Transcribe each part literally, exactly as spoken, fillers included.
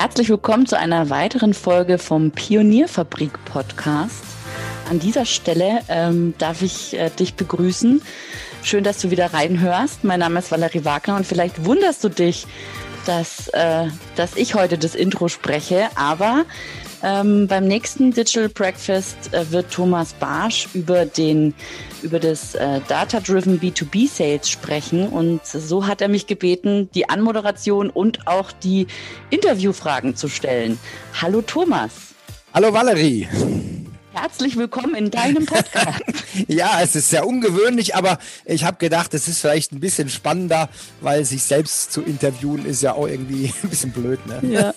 Herzlich willkommen zu einer weiteren Folge vom Pionierfabrik-Podcast. An dieser Stelle ähm, darf ich äh, dich begrüßen. Schön, dass du wieder reinhörst. Mein Name ist Valerie Wagner und vielleicht wunderst du dich, dass, äh, dass ich heute das Intro spreche, aber ähm, beim nächsten Digital Breakfast äh, wird Thomas Barsch über den über das äh, Data-Driven B zwei B Sales sprechen und so hat er mich gebeten, die Anmoderation und auch die Interviewfragen zu stellen. Hallo Thomas. Hallo Valerie. Herzlich willkommen in deinem Podcast. Ja, es ist sehr ungewöhnlich, aber ich habe gedacht, es ist vielleicht ein bisschen spannender, weil sich selbst zu interviewen ist ja auch irgendwie ein bisschen blöd, ne? Ja.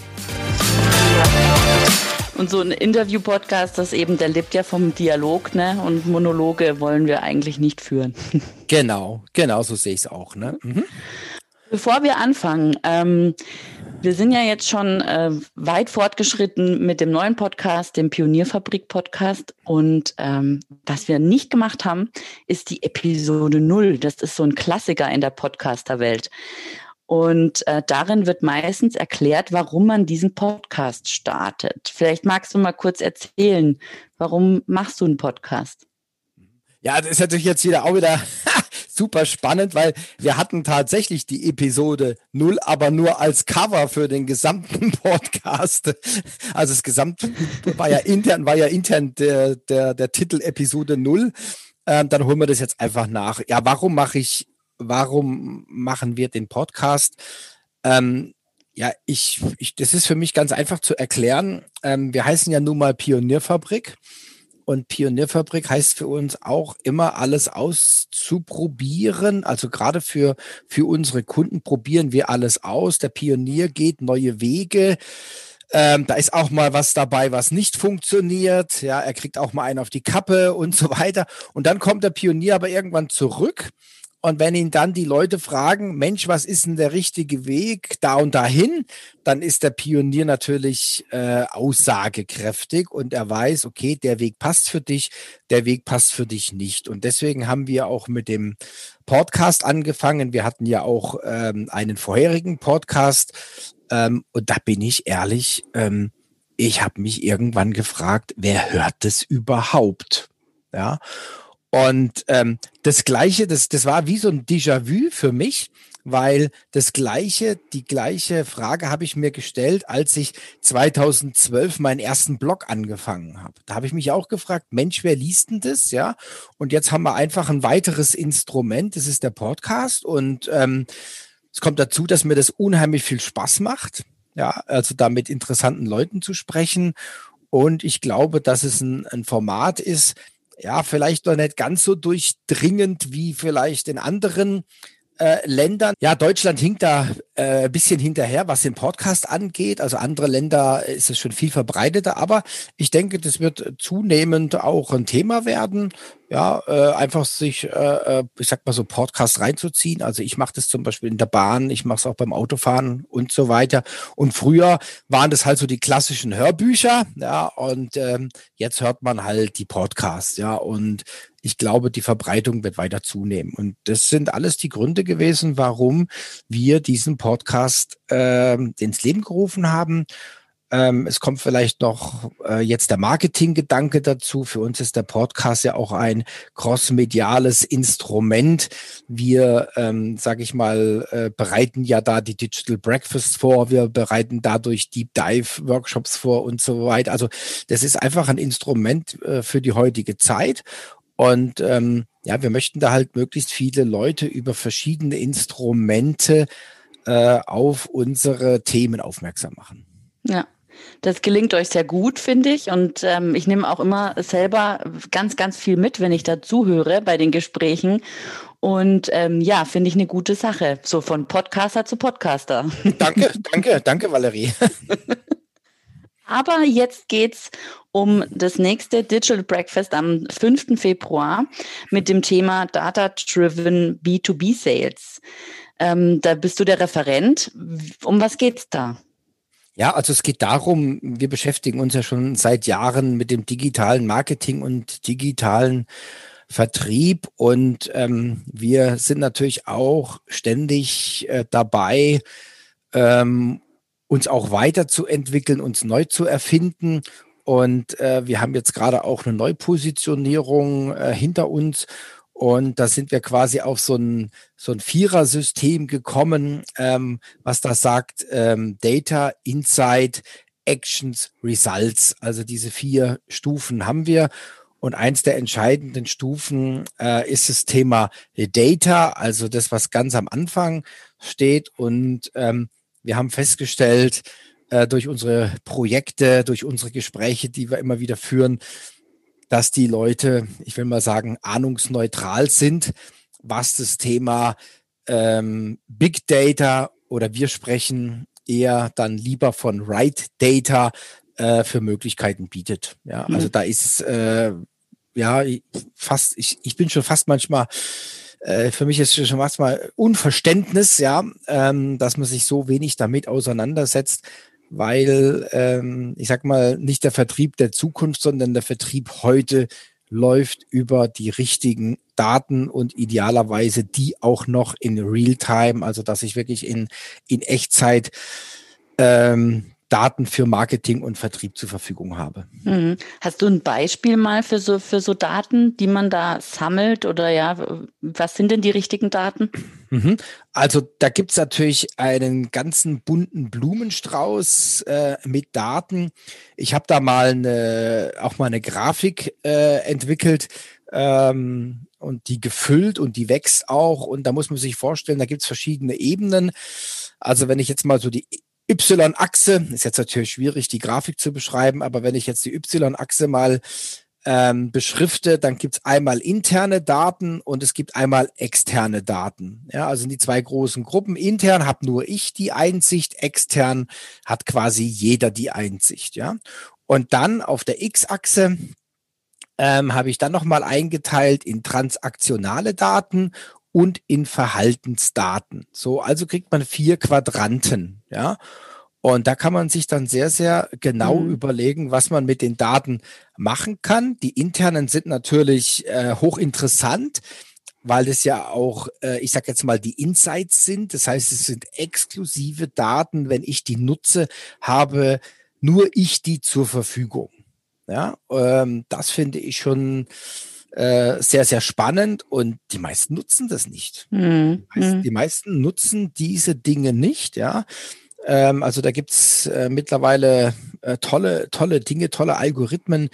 Und so ein Interview-Podcast, das eben, der lebt ja vom Dialog, ne? Und Monologe wollen wir eigentlich nicht führen. Genau, genau, so sehe ich es auch, ne? Mhm. Bevor wir anfangen, ähm, wir sind ja jetzt schon äh, weit fortgeschritten mit dem neuen Podcast, dem Pionierfabrik-Podcast. Und ähm, was wir nicht gemacht haben, ist die Episode null. Das ist so ein Klassiker in der Podcaster-Welt. Und äh, darin wird meistens erklärt, warum man diesen Podcast startet. Vielleicht magst du mal kurz erzählen, warum machst du einen Podcast? Ja, das ist natürlich jetzt wieder auch wieder super spannend, weil wir hatten tatsächlich die Episode null, aber nur als Cover für den gesamten Podcast. Also das Gesamt war ja intern, war ja intern der, der, der Titel Episode null. Ähm, dann holen wir das jetzt einfach nach. Ja, warum mache ich Warum machen wir den Podcast? Ähm, ja, ich, ich, das ist für mich ganz einfach zu erklären. Ähm, wir heißen ja nun mal Pionierfabrik und Pionierfabrik heißt für uns auch immer alles auszuprobieren. Also gerade für, für unsere Kunden probieren wir alles aus. Der Pionier geht neue Wege. Ähm, da ist auch mal was dabei, was nicht funktioniert. Ja, er kriegt auch mal einen auf die Kappe und so weiter. Und dann kommt der Pionier aber irgendwann zurück. Und wenn ihn dann die Leute fragen, Mensch, was ist denn der richtige Weg da und dahin, dann ist der Pionier natürlich äh, aussagekräftig und er weiß, okay, der Weg passt für dich, der Weg passt für dich nicht. Und deswegen haben wir auch mit dem Podcast angefangen. Wir hatten ja auch ähm, einen vorherigen Podcast ähm, und da bin ich ehrlich, ähm, ich habe mich irgendwann gefragt, wer hört das überhaupt? Ja. Und ähm, das Gleiche, das, das war wie so ein Déjà-vu für mich, weil das Gleiche, die gleiche Frage habe ich mir gestellt, als ich zweitausendzwölf meinen ersten Blog angefangen habe. Da habe ich mich auch gefragt, Mensch, wer liest denn das? Ja. Und jetzt haben wir einfach ein weiteres Instrument, das ist der Podcast. Und ähm, es kommt dazu, dass mir das unheimlich viel Spaß macht. Ja, also da mit interessanten Leuten zu sprechen. Und ich glaube, dass es ein, ein Format ist, ja, vielleicht noch nicht ganz so durchdringend wie vielleicht in anderen äh, Ländern. Ja, Deutschland hinkt da äh, ein bisschen hinterher, was den Podcast angeht. Also andere Länder ist es schon viel verbreiteter. Aber ich denke, das wird zunehmend auch ein Thema werden. Ja, äh, einfach sich, äh, ich sag mal so, Podcast reinzuziehen. Also ich mache das zum Beispiel in der Bahn, ich mache es auch beim Autofahren und so weiter. Und früher waren das halt so die klassischen Hörbücher, ja, und ähm, jetzt hört man halt die Podcasts, ja, und ich glaube, die Verbreitung wird weiter zunehmen. Und das sind alles die Gründe gewesen, warum wir diesen Podcast äh, ins Leben gerufen haben. Ähm, es kommt vielleicht noch äh, jetzt der Marketinggedanke dazu. Für uns ist der Podcast ja auch ein crossmediales Instrument. Wir, ähm, sage ich mal, äh, bereiten ja da die Digital Breakfast vor. Wir bereiten dadurch Deep Dive Workshops vor und so weiter. Also das ist einfach ein Instrument äh, für die heutige Zeit. Und ähm, ja, wir möchten da halt möglichst viele Leute über verschiedene Instrumente äh, auf unsere Themen aufmerksam machen. Ja. Das gelingt euch sehr gut, finde ich. Und ähm, ich nehme auch immer selber ganz, ganz viel mit, wenn ich da zuhöre bei den Gesprächen. Und ähm, ja, finde ich eine gute Sache. So von Podcaster zu Podcaster. Danke, danke, danke, Valerie. Aber jetzt geht's um das nächste Digital Breakfast am fünften Februar mit dem Thema Data-Driven B zwei B Sales. Ähm, da bist du der Referent. Um was geht's da? Ja, also es geht darum, wir beschäftigen uns ja schon seit Jahren mit dem digitalen Marketing und digitalen Vertrieb und ähm, wir sind natürlich auch ständig äh, dabei, ähm, uns auch weiterzuentwickeln, uns neu zu erfinden. Und äh, wir haben jetzt gerade auch eine Neupositionierung äh, hinter uns. Und da sind wir quasi auf so ein, so ein Vierer-System gekommen, ähm, was da sagt, ähm, Data, Insight, Actions, Results. Also diese vier Stufen haben wir. Und eins der entscheidenden Stufen äh, ist das Thema Data, also das, was ganz am Anfang steht. Und ähm, wir haben festgestellt, äh, durch unsere Projekte, durch unsere Gespräche, die wir immer wieder führen, dass die Leute, ich will mal sagen, ahnungsneutral sind, was das Thema ähm, Big Data oder wir sprechen eher dann lieber von Right Data äh, für Möglichkeiten bietet. Ja, also mhm. da ist äh, ja fast, ich, ich bin schon fast manchmal, äh, für mich ist es schon manchmal Unverständnis, ja, ähm, dass man sich so wenig damit auseinandersetzt, weil, ähm, ich sag mal, nicht der Vertrieb der Zukunft, sondern der Vertrieb heute läuft über die richtigen Daten und idealerweise die auch noch in Realtime, also dass ich wirklich in, in Echtzeit ähm, Daten für Marketing und Vertrieb zur Verfügung habe. Mhm. Hast du ein Beispiel mal für so, für so Daten, die man da sammelt oder ja, was sind denn die richtigen Daten? Mhm. Also da gibt es natürlich einen ganzen bunten Blumenstrauß äh, mit Daten. Ich habe da mal eine, auch mal eine Grafik äh, entwickelt ähm, und die gefüllt und die wächst auch. Und da muss man sich vorstellen, da gibt es verschiedene Ebenen. Also wenn ich jetzt mal so die Y-Achse, ist jetzt natürlich schwierig, die Grafik zu beschreiben, aber wenn ich jetzt die Y-Achse mal ähm, beschrifte, dann gibt es einmal interne Daten und es gibt einmal externe Daten. Ja, also die zwei großen Gruppen. Intern habe nur ich die Einsicht, extern hat quasi jeder die Einsicht. Ja, und dann auf der X-Achse ähm, habe ich dann nochmal eingeteilt in transaktionale Daten und in Verhaltensdaten. So, also kriegt man vier Quadranten, ja. Und da kann man sich dann sehr, sehr genau mhm. überlegen, was man mit den Daten machen kann. Die internen sind natürlich äh, hochinteressant, weil das ja auch, äh, ich sage jetzt mal, die Insights sind. Das heißt, es sind exklusive Daten. Wenn ich die nutze, habe nur ich die zur Verfügung. Ja, ähm, das finde ich schon äh, sehr, sehr spannend und die meisten nutzen das nicht. Mhm. Die, meisten, die meisten nutzen diese Dinge nicht, ja. Ähm, also da gibt es äh, mittlerweile äh, tolle, tolle Dinge, tolle Algorithmen,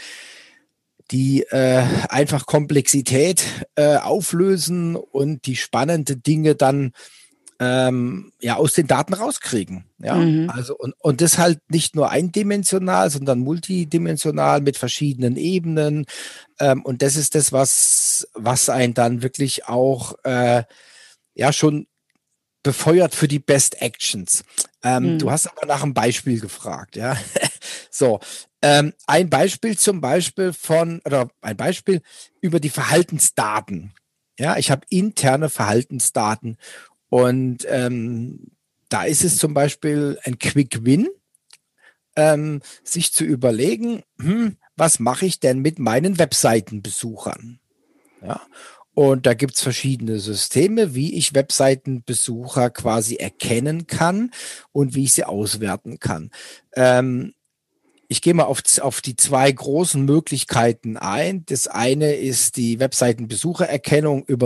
die äh, einfach Komplexität äh, auflösen und die spannende Dinge dann ähm, ja aus den Daten rauskriegen. Ja, mhm. also und, und das halt nicht nur eindimensional, sondern multidimensional mit verschiedenen Ebenen. Ähm, und das ist das, was, was einen dann wirklich auch äh, ja schon befeuert für die Best Actions. Ähm, mhm. Du hast aber nach einem Beispiel gefragt, ja. So, ähm, ein Beispiel zum Beispiel von, oder ein Beispiel über die Verhaltensdaten. Ja, ich habe interne Verhaltensdaten und ähm, da ist es zum Beispiel ein Quick Win, ähm, sich zu überlegen, hm, was mache ich denn mit meinen Webseitenbesuchern? Ja. Und da gibt es verschiedene Systeme, wie ich Webseitenbesucher quasi erkennen kann und wie ich sie auswerten kann. Ähm, ich gehe mal auf, auf die zwei großen Möglichkeiten ein. Das eine ist die Webseitenbesuchererkennung über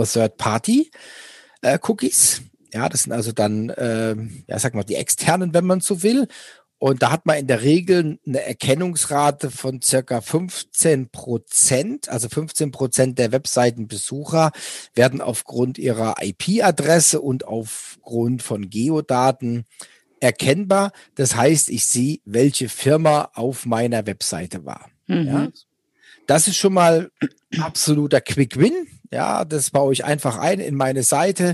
Third-Party-Cookies. Ja, das sind also dann, äh, ja, sag mal, die externen, wenn man so will. Und da hat man in der Regel eine Erkennungsrate von circa fünfzehn Prozent. Also fünfzehn Prozent der Webseitenbesucher werden aufgrund ihrer I P-Adresse und aufgrund von Geodaten erkennbar. Das heißt, ich sehe, welche Firma auf meiner Webseite war. Mhm. Ja, das ist schon mal absoluter Quick Win. Ja, das baue ich einfach ein in meine Seite.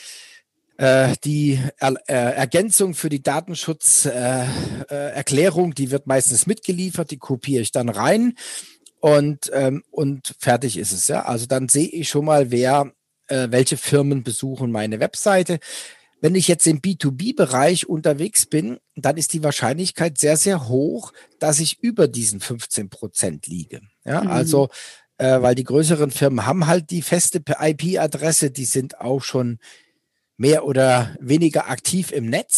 Die er äh, Ergänzung für die Datenschutzerklärung, äh, äh, die wird meistens mitgeliefert, die kopiere ich dann rein und, ähm, und fertig ist es. Ja? Also dann sehe ich schon mal, wer, äh, welche Firmen besuchen meine Webseite. Wenn ich jetzt im B zwei B-Bereich unterwegs bin, dann ist die Wahrscheinlichkeit sehr, sehr hoch, dass ich über diesen fünfzehn Prozent liege. Ja? Mhm. Also, äh, weil die größeren Firmen haben halt die feste I P-Adresse, die sind auch schon mehr oder weniger aktiv im Netz,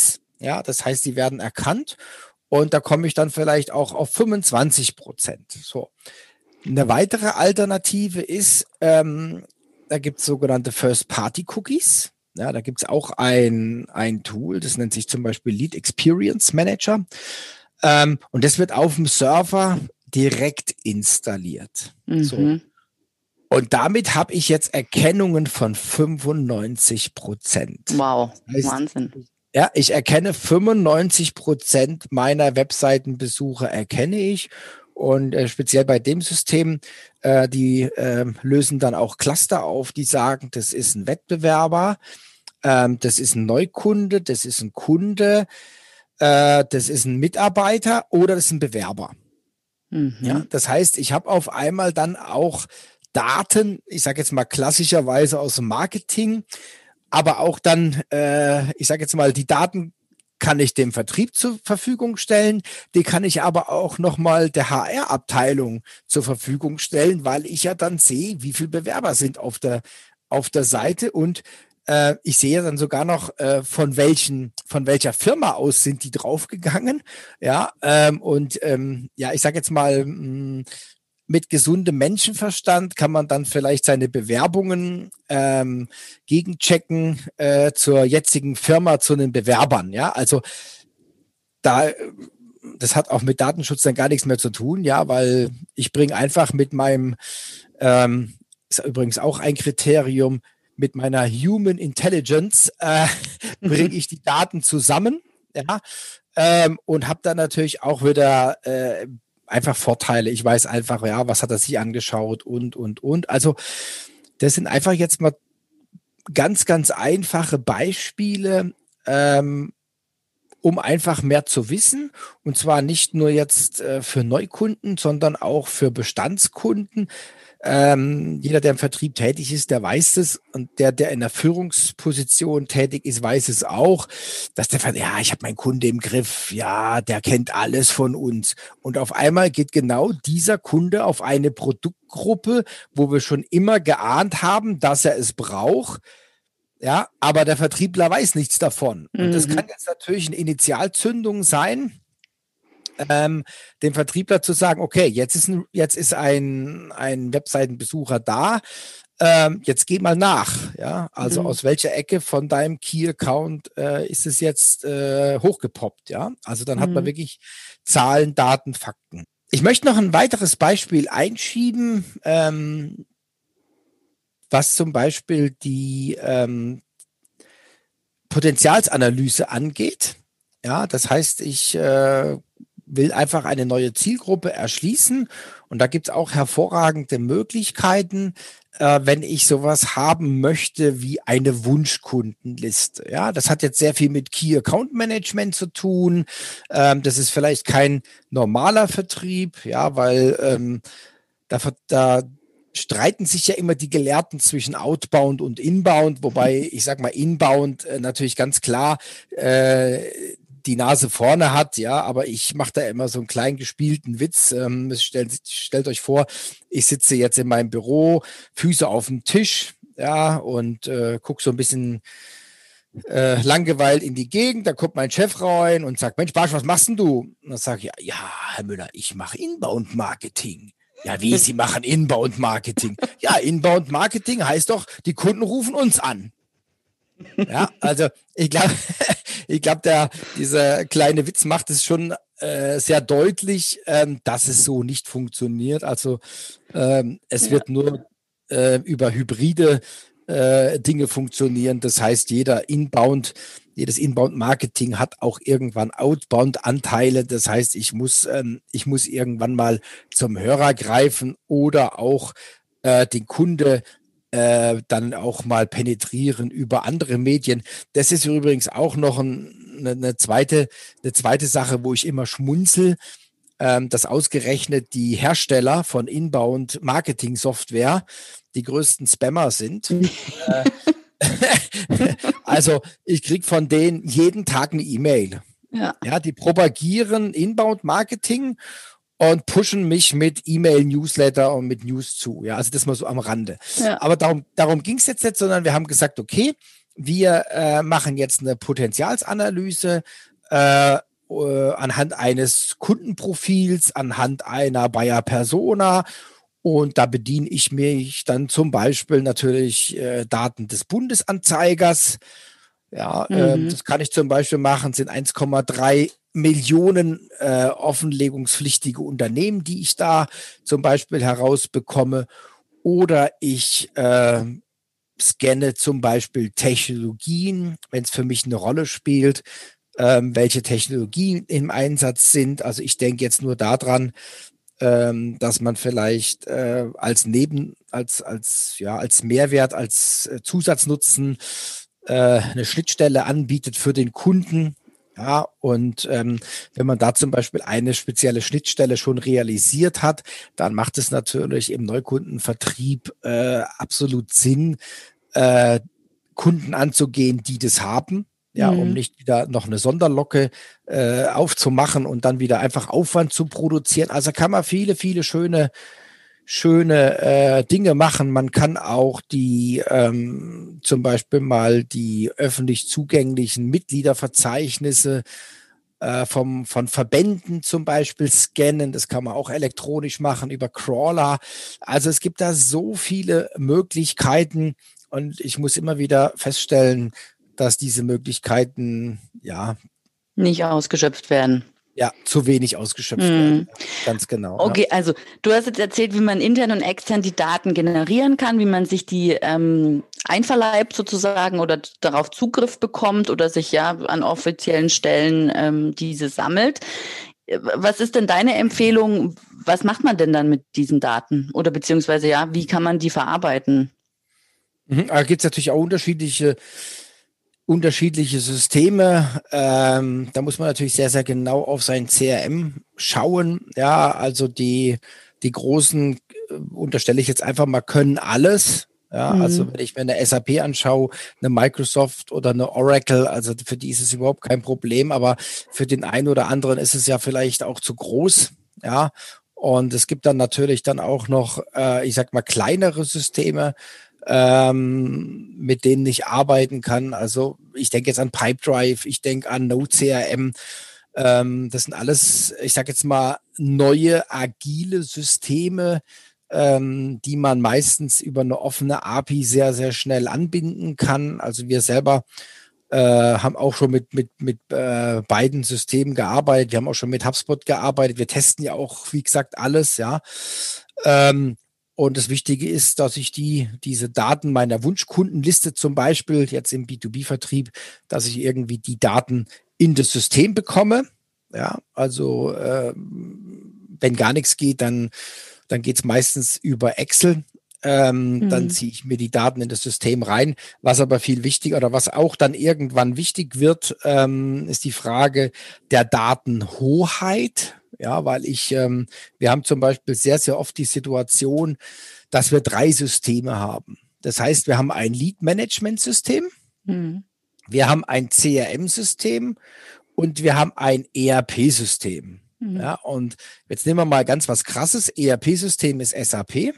Ja, das heißt, die werden erkannt und da komme ich dann vielleicht auch auf fünfundzwanzig Prozent. So. Eine weitere Alternative ist, ähm, da gibt es sogenannte First-Party-Cookies. Ja, da gibt es auch ein, ein Tool, das nennt sich zum Beispiel Lead Experience Manager. Ähm, und das wird auf dem Server direkt installiert. Mhm. So. Und damit habe ich jetzt Erkennungen von fünfundneunzig Prozent. Wow, das heißt, Wahnsinn. Ja, ich erkenne fünfundneunzig Prozent meiner Webseitenbesucher erkenne ich. Und äh, speziell bei dem System, äh, die äh, lösen dann auch Cluster auf, die sagen, das ist ein Wettbewerber, ähm, das ist ein Neukunde, das ist ein Kunde, äh, das ist ein Mitarbeiter oder das ist ein Bewerber. Mhm. Ja, das heißt, ich habe auf einmal dann auch Daten, ich sage jetzt mal klassischerweise aus dem Marketing, aber auch dann, äh, ich sage jetzt mal, die Daten kann ich dem Vertrieb zur Verfügung stellen, die kann ich aber auch nochmal der H R-Abteilung zur Verfügung stellen, weil ich ja dann sehe, wie viele Bewerber sind auf der, auf der Seite und äh, ich sehe dann sogar noch, äh, von welchen, von welcher Firma aus sind die draufgegangen. Ja, ähm, und ähm, ja, ich sage jetzt mal, mh, mit gesundem Menschenverstand kann man dann vielleicht seine Bewerbungen ähm, gegenchecken äh, zur jetzigen Firma, zu den Bewerbern. Ja, also da, das hat auch mit Datenschutz dann gar nichts mehr zu tun, ja, weil ich bringe einfach mit meinem, ähm, ist übrigens auch ein Kriterium, mit meiner Human Intelligence äh, bringe ich die Daten zusammen, ja, ähm, und habe dann natürlich auch wieder äh, einfach Vorteile. Ich weiß einfach, ja, was hat er sich angeschaut und, und, und. Also das sind einfach jetzt mal ganz, ganz einfache Beispiele, ähm, um einfach mehr zu wissen. Und zwar nicht nur jetzt äh, für Neukunden, sondern auch für Bestandskunden. Ähm, jeder, der im Vertrieb tätig ist, der weiß es. Und der, der in der Führungsposition tätig ist, weiß es auch, dass der, ja, ich habe meinen Kunde im Griff, ja, der kennt alles von uns. Und auf einmal geht genau dieser Kunde auf eine Produktgruppe, wo wir schon immer geahnt haben, dass er es braucht. Ja, aber der Vertriebler weiß nichts davon. Und mhm. das kann jetzt natürlich eine Initialzündung sein, Ähm, dem Vertriebler zu sagen, okay, jetzt ist ein, jetzt ist ein, ein Webseitenbesucher da, ähm, jetzt geh mal nach. Ja, also mhm. aus welcher Ecke von deinem Key-Account äh, ist es jetzt äh, hochgepoppt? Ja, also dann mhm. hat man wirklich Zahlen, Daten, Fakten. Ich möchte noch ein weiteres Beispiel einschieben, ähm, was zum Beispiel die ähm, Potenzialsanalyse angeht. Ja, das heißt, ich äh, will einfach eine neue Zielgruppe erschließen und da gibt es auch hervorragende Möglichkeiten, äh, wenn ich sowas haben möchte wie eine Wunschkundenliste. Ja, das hat jetzt sehr viel mit Key Account Management zu tun. Ähm, das ist vielleicht kein normaler Vertrieb, ja, weil ähm, da, da streiten sich ja immer die Gelehrten zwischen Outbound und Inbound, wobei ich sag mal Inbound äh, natürlich ganz klar äh, die Nase vorne hat, ja, aber ich mache da immer so einen kleinen gespielten Witz. Ähm, stellt, stellt euch vor, ich sitze jetzt in meinem Büro, Füße auf dem Tisch, ja, und äh, gucke so ein bisschen äh, langgeweilt in die Gegend. Da kommt mein Chef rein und sagt, Mensch, Barsch, was machst denn du? Und dann sage ich, ja, ja, Herr Müller, ich mache Inbound-Marketing. Ja, wie, Sie machen Inbound-Marketing? Ja, Inbound-Marketing heißt doch, die Kunden rufen uns an. Ja, also ich glaube, ich glaube, der dieser kleine Witz macht es schon äh, sehr deutlich, ähm, dass es so nicht funktioniert. Also ähm, es ja. wird nur äh, über hybride äh, Dinge funktionieren. Das heißt, jeder Inbound, jedes Inbound-Marketing hat auch irgendwann Outbound-Anteile. Das heißt, ich muss, ähm, ich muss irgendwann mal zum Hörer greifen oder auch äh, den Kunde Äh, dann auch mal penetrieren über andere Medien. Das ist übrigens auch noch ein, eine, eine, zweite, eine zweite Sache, wo ich immer schmunzel, ähm, dass ausgerechnet die Hersteller von Inbound-Marketing-Software die größten Spammer sind. äh, also ich kriege von denen jeden Tag eine E-Mail. Ja. Ja, die propagieren Inbound-Marketing und pushen mich mit E-Mail, Newsletter und mit News zu. Ja, also das mal so am Rande. Ja. Aber darum, darum ging es jetzt nicht, sondern wir haben gesagt, okay, wir äh, machen jetzt eine Potenzialsanalyse äh, äh, anhand eines Kundenprofils, anhand einer Buyer Persona. Und da bediene ich mich dann zum Beispiel natürlich äh, Daten des Bundesanzeigers. Ja, ähm, Mhm. das kann ich zum Beispiel machen, sind eins Komma drei Millionen äh, offenlegungspflichtige Unternehmen, die ich da zum Beispiel herausbekomme. Oder ich äh, scanne zum Beispiel Technologien, wenn es für mich eine Rolle spielt, ähm, welche Technologien im Einsatz sind. Also ich denke jetzt nur daran, ähm, dass man vielleicht äh, als Neben, als, als, ja, als Mehrwert, als äh, Zusatznutzen äh, eine Schnittstelle anbietet für den Kunden. Ja, und ähm, wenn man da zum Beispiel eine spezielle Schnittstelle schon realisiert hat, dann macht es natürlich im Neukundenvertrieb äh, absolut Sinn, äh, Kunden anzugehen, die das haben, ja, um Mhm. nicht wieder noch eine Sonderlocke äh, aufzumachen und dann wieder einfach Aufwand zu produzieren. Also kann man viele, viele schöne, schöne äh, Dinge machen. Man kann auch die ähm, zum Beispiel mal die öffentlich zugänglichen Mitgliederverzeichnisse äh, vom, von Verbänden zum Beispiel scannen. Das kann man auch elektronisch machen über Crawler. Also es gibt da so viele Möglichkeiten und ich muss immer wieder feststellen, dass diese Möglichkeiten ja, Nicht ausgeschöpft werden. ja zu wenig ausgeschöpft werden. Mhm. Ja, ganz genau. Ja. Okay, also du hast jetzt erzählt, wie man intern und extern die Daten generieren kann, wie man sich die ähm, einverleibt sozusagen oder t- darauf Zugriff bekommt oder sich ja an offiziellen Stellen ähm, diese sammelt. Äh, Was ist denn deine Empfehlung? Was macht man denn dann mit diesen Daten? Oder beziehungsweise ja, wie kann man die verarbeiten? Mhm. Da gibt es natürlich auch unterschiedliche, unterschiedliche Systeme. Ähm, da muss man natürlich sehr, sehr genau auf sein C R M schauen. Ja, also die, die großen, äh, unterstelle ich jetzt einfach mal, können alles. Ja, also Mhm. wenn ich mir eine S A P anschaue, eine Microsoft oder eine Oracle, also für die ist es überhaupt kein Problem, aber für den einen oder anderen ist es ja vielleicht auch zu groß. Ja, und es gibt dann natürlich dann auch noch, äh, ich sag mal, kleinere Systeme, ähm, mit denen ich arbeiten kann. Also ich denke jetzt an Pipedrive, ich denke an Node.crm. Ähm, das sind alles, ich sage jetzt mal, neue, agile Systeme, ähm, die man meistens über eine offene A P I sehr, sehr schnell anbinden kann. Also wir selber äh, haben auch schon mit, mit, mit äh, beiden Systemen gearbeitet. Wir haben auch schon mit HubSpot gearbeitet. Wir testen ja auch, wie gesagt, alles, ja. Ähm, und das Wichtige ist, dass ich die, diese Daten meiner Wunschkundenliste zum Beispiel jetzt im B zwei B-Vertrieb, dass ich irgendwie die Daten in das System bekomme. Ja, also äh, wenn gar nichts geht, dann, dann geht es meistens über Excel. Ähm, dann Mhm. ziehe ich mir die Daten in das System rein. Was aber viel wichtiger oder was auch dann irgendwann wichtig wird, ähm, ist die Frage der Datenhoheit. Ja, weil ich, ähm, wir haben zum Beispiel sehr, sehr oft die Situation, dass wir drei Systeme haben. Das heißt, wir haben ein Lead-Management-System, Mhm. wir haben ein C R M-System und wir haben ein E R P-System. Mhm. Ja, und jetzt nehmen wir mal ganz was Krasses. E R P-System ist S A P,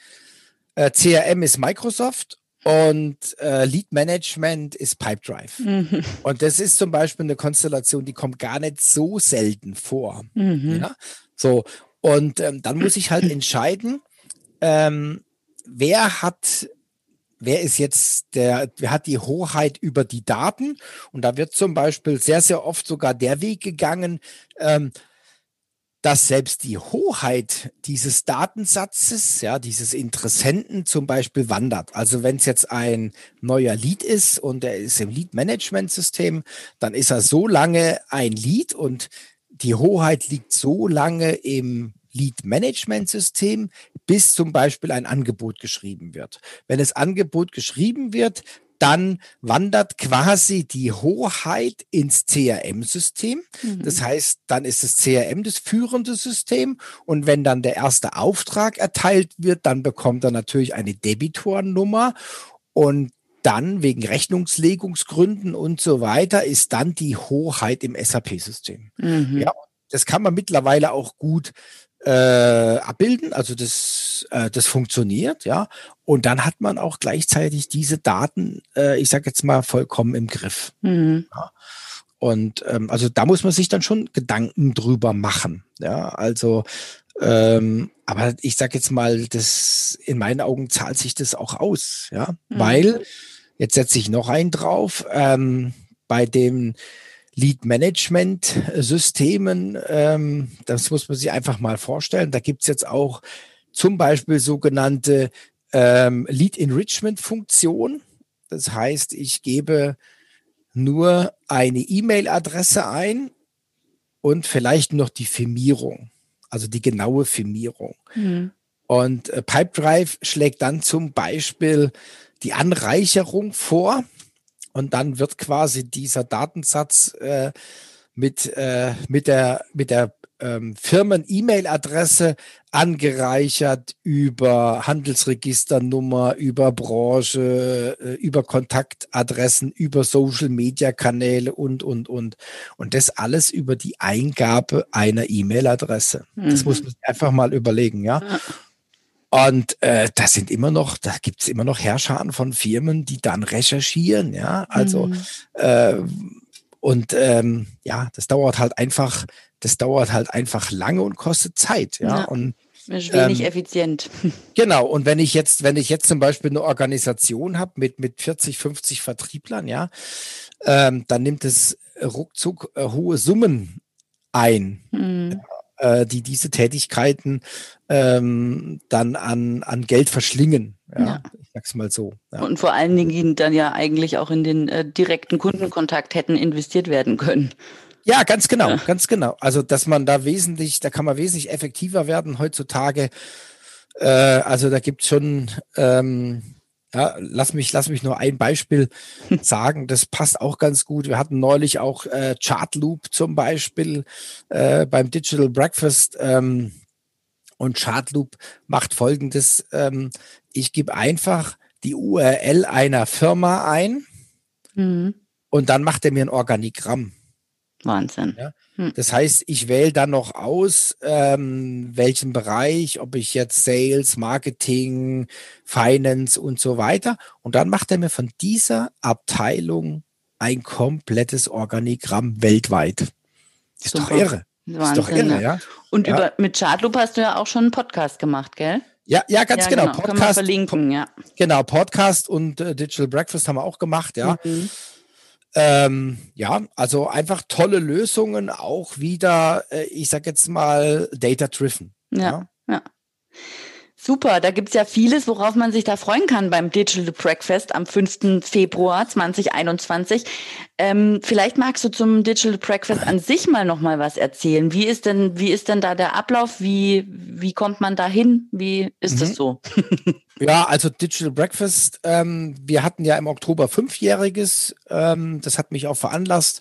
äh, C R M ist Microsoft und äh, Lead Management ist Pipedrive. Mhm. Und das ist zum Beispiel eine Konstellation, die kommt gar nicht so selten vor. Mhm. Ja, so. Und ähm, dann muss ich halt entscheiden, ähm, wer hat, wer ist jetzt der, wer hat die Hoheit über die Daten? Und da wird zum Beispiel sehr, sehr oft sogar der Weg gegangen, ähm, dass selbst die Hoheit dieses Datensatzes, ja, dieses Interessenten zum Beispiel wandert. Also wenn es jetzt ein neuer Lead ist und er ist im Lead-Management-System, dann ist er so lange ein Lead und die Hoheit liegt so lange im Lead-Management-System, bis zum Beispiel ein Angebot geschrieben wird. Wenn das Angebot geschrieben wird, dann wandert quasi die Hoheit ins C R M-System. Das Mhm. heißt, dann ist das C R M das führende System und wenn dann der erste Auftrag erteilt wird, dann bekommt er natürlich eine Debitorennummer und dann wegen Rechnungslegungsgründen und so weiter ist dann die Hoheit im S A P-System. Mhm. Ja, das kann man mittlerweile auch gut äh, abbilden, also das, äh, das funktioniert, ja. Und dann hat man auch gleichzeitig diese Daten, äh, ich sage jetzt mal, vollkommen im Griff. Mhm. Ja. Und ähm, also da muss man sich dann schon Gedanken drüber machen. Ja, also ähm, aber ich sage jetzt mal, das in meinen Augen zahlt sich das auch aus, ja, Mhm. weil jetzt setze ich noch einen drauf. Ähm, bei dem Lead-Management-Systemen, ähm, das muss man sich einfach mal vorstellen. Da gibt's jetzt auch zum Beispiel sogenannte ähm, Lead-Enrichment-Funktion. Das heißt, ich gebe nur eine E-Mail-Adresse ein und vielleicht noch die Firmierung, also die genaue Firmierung. Mhm. Und äh, Pipedrive schlägt dann zum Beispiel die Anreicherung vor. Und dann wird quasi dieser Datensatz äh, mit, äh, mit der, mit der ähm, Firmen-E-Mail-Adresse angereichert über Handelsregisternummer, über Branche, äh, über Kontaktadressen, über Social-Media-Kanäle und, und, und. Und das alles über die Eingabe einer E-Mail-Adresse. Mhm. Das muss man sich einfach mal überlegen, ja. ja. Und äh, das sind immer noch, da gibt es immer noch Herrscharen von Firmen, die dann recherchieren, ja. Also mhm. äh, und ähm, ja, das dauert halt einfach, das dauert halt einfach lange und kostet Zeit, ja. ja und ist wenig ähm, effizient. Genau. Und wenn ich jetzt, wenn ich jetzt zum Beispiel eine Organisation habe mit mit vierzig, fünfzig Vertrieblern, ja, ähm, dann nimmt es ruckzuck äh, hohe Summen ein. Mhm. Ja, die diese Tätigkeiten ähm, dann an, an Geld verschlingen. Ja, ja. Ich sag's mal so. Ja. Und vor allen Dingen, die dann ja eigentlich auch in den äh, direkten Kundenkontakt hätten investiert werden können. Ja, ganz genau, ja. ganz genau. Also, dass man da wesentlich, da kann man wesentlich effektiver werden heutzutage. Äh, also, da gibt's schon, ähm, ja, lass mich, lass mich nur ein Beispiel sagen, das passt auch ganz gut. Wir hatten neulich auch äh, Chartloop zum Beispiel äh, beim Digital Breakfast ähm, und Chartloop macht Folgendes. Ähm, ich gebe einfach die U R L einer Firma ein mhm. und dann macht er mir ein Organigramm. Wahnsinn. Ja? Hm. Das heißt, ich wähle dann noch aus, ähm, welchen Bereich, ob ich jetzt Sales, Marketing, Finance und so weiter. Und dann macht er mir von dieser Abteilung ein komplettes Organigramm weltweit. Ist Super. Doch irre. Wahnsinn, ist doch irre, ja. Und ja. Über, mit Chartloop hast du ja auch schon einen Podcast gemacht, gell? Ja, ja, ganz ja, genau. genau. Podcast, können wir verlinken, ja. Genau, Podcast und äh, Digital Breakfast haben wir auch gemacht, ja. Mhm. Ähm, ja, also einfach tolle Lösungen, auch wieder, äh, ich sag jetzt mal, data-driven. Ja, ja. ja. Super, da gibt's ja vieles, worauf man sich da freuen kann beim Digital Breakfast am fünften Februar zweitausendeinundzwanzig. Ähm, vielleicht magst du zum Digital Breakfast an sich mal noch mal was erzählen. Wie ist denn, wie ist denn da der Ablauf? Wie, wie kommt man da hin? Wie ist mhm. das so? Ja, also Digital Breakfast, ähm, wir hatten ja im Oktober fünfjähriges. Ähm, das hat mich auch veranlasst,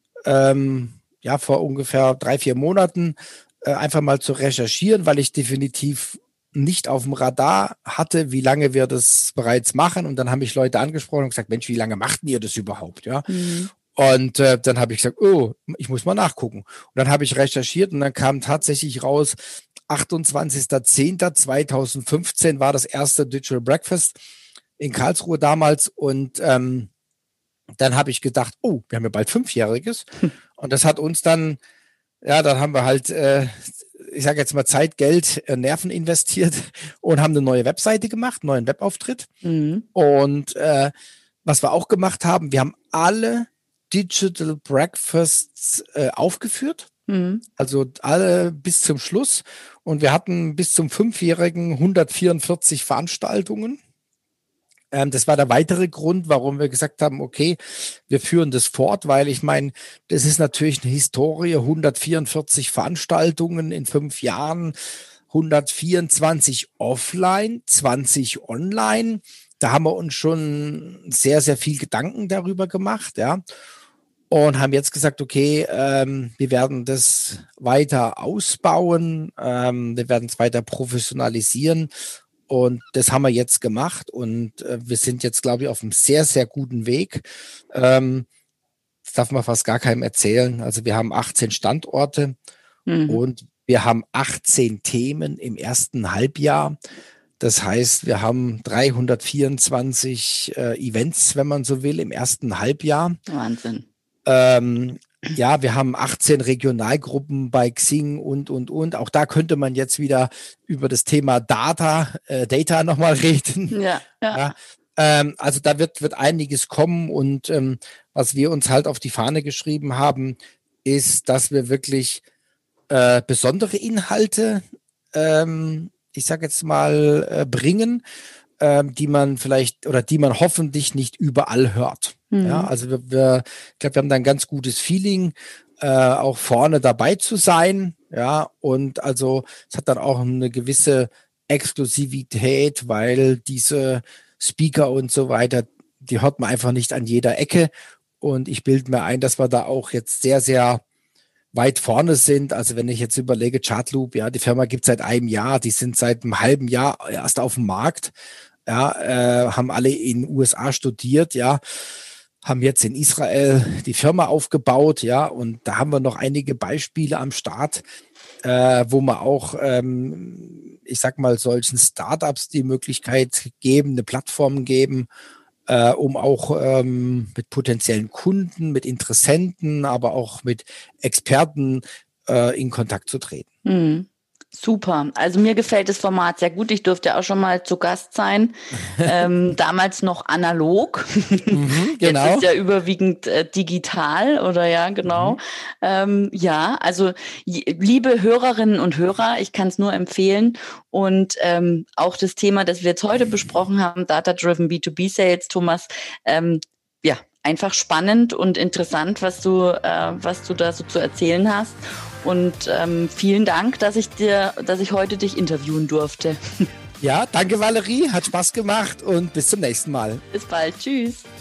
ähm, ja, vor ungefähr drei, vier Monaten äh, einfach mal zu recherchieren, weil ich definitiv nicht auf dem Radar hatte, wie lange wir das bereits machen. Und dann haben mich Leute angesprochen und gesagt, Mensch, wie lange machten ihr das überhaupt? Ja. Mhm. Und äh, dann habe ich gesagt, oh, ich muss mal nachgucken. Und dann habe ich recherchiert und dann kam tatsächlich raus, achtundzwanzigster zehnter zweitausendfünfzehn war das erste Digital Breakfast in Karlsruhe damals. Und ähm, dann habe ich gedacht, oh, wir haben ja bald Fünfjähriges. Hm. Und das hat uns dann, ja, dann haben wir halt, äh, ich sage jetzt mal Zeit, Geld, äh, Nerven investiert und haben eine neue Webseite gemacht, einen neuen Webauftritt. Mhm. Und äh, was wir auch gemacht haben, wir haben alle Digital Breakfasts äh, aufgeführt. Mhm. Also alle bis zum Schluss. Und wir hatten bis zum Fünfjährigen hundertvierundvierzig Veranstaltungen. Ähm, das war der weitere Grund, warum wir gesagt haben, okay, wir führen das fort, weil ich meine, das ist natürlich eine Historie, hundertvierundvierzig Veranstaltungen in fünf Jahren, hundertvierundzwanzig offline, zwanzig online. Da haben wir uns schon sehr, sehr viel Gedanken darüber gemacht, ja. Und haben jetzt gesagt, okay, ähm, wir werden das weiter ausbauen, ähm, wir werden es weiter professionalisieren. Und das haben wir jetzt gemacht und äh, wir sind jetzt, glaube ich, auf einem sehr, sehr guten Weg. Ähm, das darf man fast gar keinem erzählen. Also wir haben achtzehn Standorte mhm. und wir haben achtzehn Themen im ersten Halbjahr. Das heißt, wir haben dreihundertvierundzwanzig äh, Events, wenn man so will, im ersten Halbjahr. Wahnsinn. Ähm, ja, wir haben achtzehn Regionalgruppen bei Xing und, und, und. Auch da könnte man jetzt wieder über das Thema Data, äh, Data nochmal reden. Ja, ja. Ja, ähm, also da wird, wird einiges kommen und ähm, was wir uns halt auf die Fahne geschrieben haben, ist, dass wir wirklich äh, besondere Inhalte, ähm, ich sage jetzt mal, äh, bringen, ähm, die man vielleicht oder die man hoffentlich nicht überall hört. Mhm. Ja, also wir, wir ich glaube, wir haben da ein ganz gutes Feeling, äh, auch vorne dabei zu sein. Ja, und also es hat dann auch eine gewisse Exklusivität, weil diese Speaker und so weiter, die hört man einfach nicht an jeder Ecke. Und ich bilde mir ein, dass wir da auch jetzt sehr, sehr weit vorne sind. Also wenn ich jetzt überlege, Chartloop, ja, die Firma gibt es seit einem Jahr, die sind seit einem halben Jahr erst auf dem Markt, ja, äh, haben alle in den U S A studiert, ja, haben jetzt in Israel die Firma aufgebaut, ja, und da haben wir noch einige Beispiele am Start, äh, wo man auch, ähm, ich sag mal, solchen Startups die Möglichkeit geben, eine Plattform geben, äh, um auch ähm, mit potenziellen Kunden, mit Interessenten, aber auch mit Experten äh, in Kontakt zu treten. Mhm. Super. Also mir gefällt das Format sehr gut. Ich durfte auch schon mal zu Gast sein. ähm, damals noch analog. Mhm, genau. Jetzt ist ja überwiegend äh, digital oder ja, genau. Mhm. Ähm, ja, also liebe Hörerinnen und Hörer, ich kann es nur empfehlen. Und ähm, auch das Thema, das wir jetzt heute besprochen haben, Data-Driven B zwei B Sales, Thomas, ähm, ja, einfach spannend und interessant, was du, äh, was du da so zu erzählen hast. Und ähm, vielen Dank, dass ich dir, dass ich heute dich interviewen durfte. Ja, danke Valerie, hat Spaß gemacht und bis zum nächsten Mal. Bis bald, tschüss.